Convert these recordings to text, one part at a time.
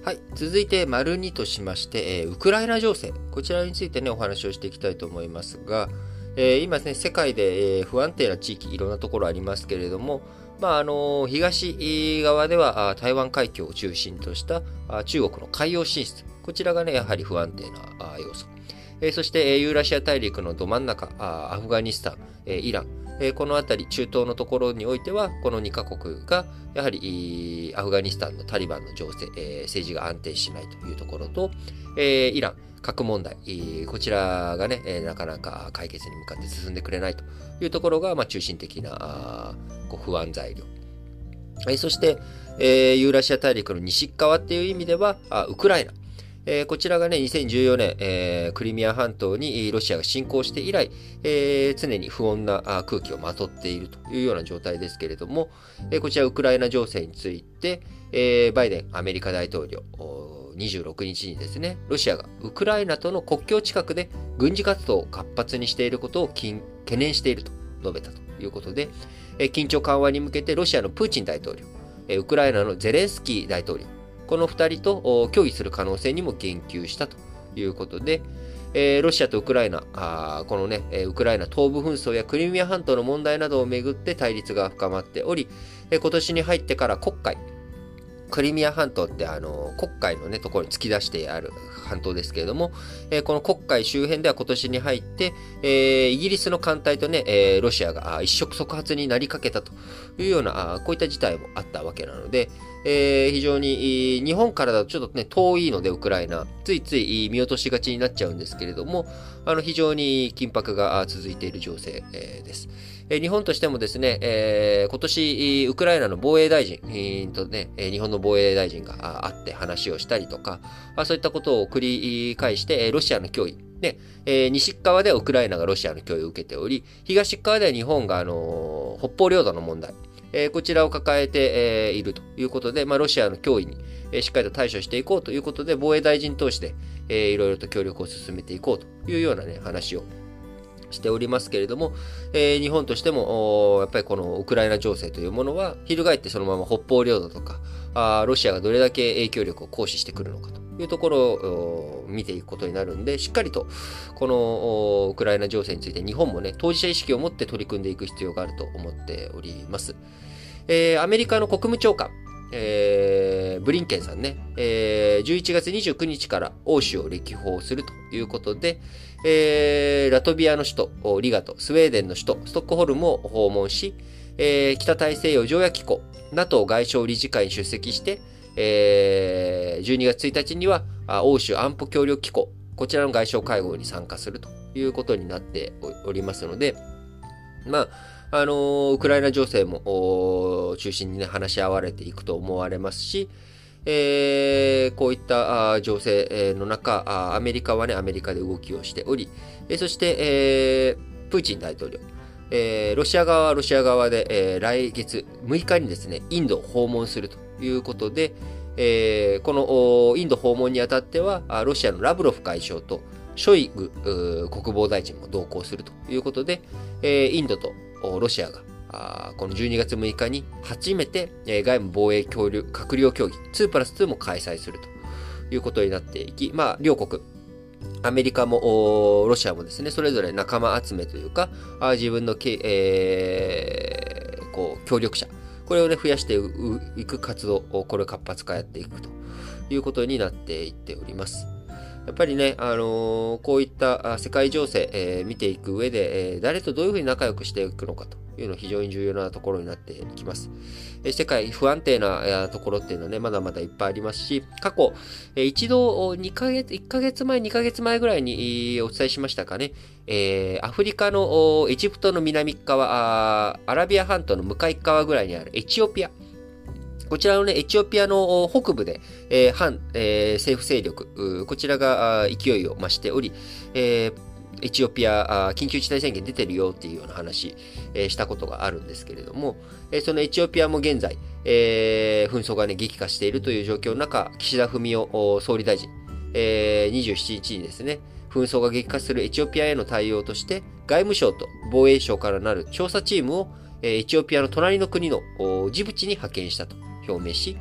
はい。続いて、丸2としまして、ウクライナ情勢。こちらについてね、お話をしていきたいと思いますが、今ですね、世界で、不安定な地域、いろんなところありますけれども、東側では台湾海峡を中心とした中国の海洋進出。こちらがね、やはり不安定な要素。そして、ユーラシア大陸のど真ん中、アフガニスタン、イラン、このあたり、中東のところにおいては、この2カ国が、やはり、アフガニスタンのタリバンの情勢、政治が安定しないというところと、イラン、核問題、こちらがね、なかなか解決に向かって進んでくれないというところが、中心的な不安材料。そして、ユーラシア大陸の西側っていう意味では、ウクライナ。こちらがね、2014年、クリミア半島にロシアが侵攻して以来、常に不穏な空気をまとっているというような状態ですけれども、こちらウクライナ情勢について、バイデンアメリカ大統領、26日にですね、ロシアがウクライナとの国境近くで軍事活動を活発にしていることを懸念していると述べたということで、緊張緩和に向けてロシアのプーチン大統領、ウクライナのゼレンスキー大統領、この2人と協議する可能性にも言及したということで、ロシアとウクライナ、このね、ウクライナ東部紛争やクリミア半島の問題などをめぐって対立が深まっており、今年に入ってから黒海、クリミア半島って黒海のね、ところに突き出してある半島ですけれども、この黒海周辺では今年に入って、イギリスの艦隊とね、ロシアが一触即発になりかけたというような、こういった事態もあったわけなので、非常に日本からだとちょっとね、遠いのでウクライナ、ついつい見落としがちになっちゃうんですけれども、非常に緊迫が続いている情勢です。日本としてもですね、今年、ウクライナの防衛大臣とね、日本の防衛大臣が会って話をしたりとか、そういったことを繰り返して、ロシアの脅威、ね、西側ではウクライナがロシアの脅威を受けており、東側では日本が北方領土の問題、こちらを抱えているということで、ロシアの脅威にしっかりと対処していこうということで、防衛大臣同士でいろいろと協力を進めていこうというようなね、話をしておりますけれども、日本としても、やっぱりこのウクライナ情勢というものは、翻ってそのまま北方領土とか、ロシアがどれだけ影響力を行使してくるのかというところを見ていくことになるんで、しっかりとこのウクライナ情勢について日本もね、当事者意識を持って取り組んでいく必要があると思っております。アメリカの国務長官、ブリンケンさんね、11月29日から欧州を歴訪するということで、ラトビアの首都リガとスウェーデンの首都ストックホルムを訪問し、北大西洋条約機構 NATO 外相理事会に出席して、12月1日には欧州安保協力機構、こちらの外相会合に参加するということになっておりますので、ウクライナ情勢も中心にね、話し合われていくと思われますし、こういった情勢の中、アメリカはね、アメリカで動きをしており、そして、プーチン大統領、ロシア側はロシア側で、来月6日にですね、インドを訪問するということで、このインド訪問にあたっては、ロシアのラブロフ外相とショイグ国防大臣も同行するということで、インドとロシアがこの12月6日に初めて外務防衛閣僚協議 2+2 も開催するということになっていき、両国、アメリカもロシアもですね、それぞれ仲間集めというか、自分の協力者、これをね、増やしていく活動を、これを活発化やっていくということになっていっております。やっぱりね、こういった世界情勢、見ていく上で、誰とどういうふうに仲良くしていくのかというのは非常に重要なところになっていきます。世界不安定なところっていうのはね、まだまだいっぱいありますし、過去、一度1ヶ月前、2ヶ月前ぐらいにお伝えしましたかね、アフリカのエジプトの南側、アラビア半島の向かい側ぐらいにあるエチオピア。こちらのね、エチオピアの北部で、反、政府勢力、こちらが勢いを増しており、エチオピア緊急事態宣言出てるよっていうような話、したことがあるんですけれども、そのエチオピアも現在、紛争がね、激化しているという状況の中、岸田文雄総理大臣、27日にですね、紛争が激化するエチオピアへの対応として、外務省と防衛省からなる調査チームをエチオピアの隣の国のジブチに派遣したと表明し、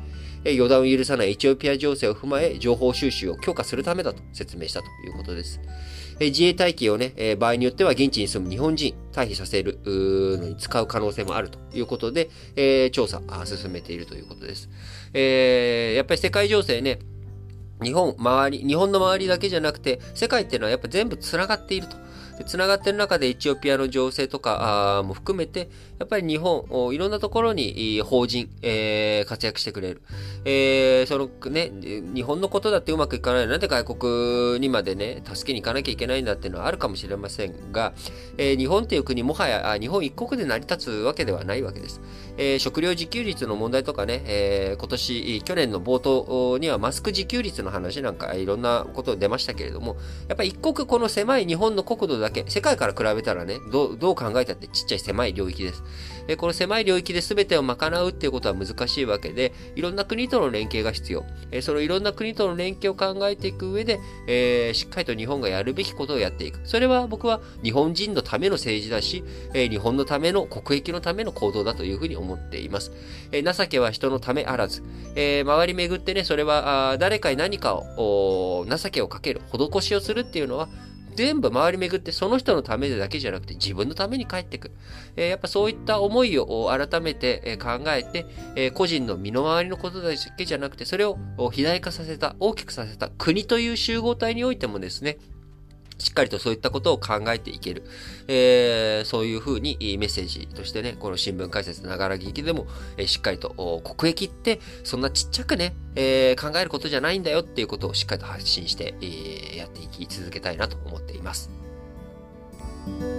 予断を許さないエチオピア情勢を踏まえ、情報収集を強化するためだと説明したということです。自衛隊機をね、場合によっては現地に住む日本人退避させるのに使う可能性もあるということで、調査進めているということです。やっぱり世界情勢ね、日本の周りだけじゃなくて、世界っていうのはやっぱ全部繋がっていると。繋がっている中でエチオピアの情勢とかも含めて、やっぱり日本、いろんなところに法人、活躍してくれる。そのね、日本のことだってうまくいかない。なんで外国にまでね、助けに行かなきゃいけないんだっていうのはあるかもしれませんが、日本っていう国もはや日本一国で成り立つわけではないわけです。食料自給率の問題とかね、去年の冒頭にはマスク自給率の話なんかいろんなこと出ましたけれども、やっぱり一国この狭い日本の国土だけ、世界から比べたらね、どう考えたってちっちゃい狭い領域です。この狭い領域で全てを賄うっていうことは難しいわけで、いろんな国との連携が必要。そのいろんな国との連携を考えていく上で、しっかりと日本がやるべきことをやっていく。それは僕は日本人のための政治だし、日本のための国益のための行動だというふうに思っています。情けは人のためあらず。周り巡ってね、それは誰かに何かを情けをかける、施しをするっていうのは、全部回り巡ってその人のためだけじゃなくて自分のために返ってくる。やっぱそういった思いを改めて考えて、個人の身の回りのことだけじゃなくて、それを肥大化させた、大きくさせた国という集合体においてもですね、しっかりとそういったことを考えていける。そういうふうにメッセージとしてね、この新聞解説ながら聞きでも、しっかりと国益ってそんなちっちゃくね、考えることじゃないんだよっていうことをしっかりと発信して、やっていき続けたいなと思っています。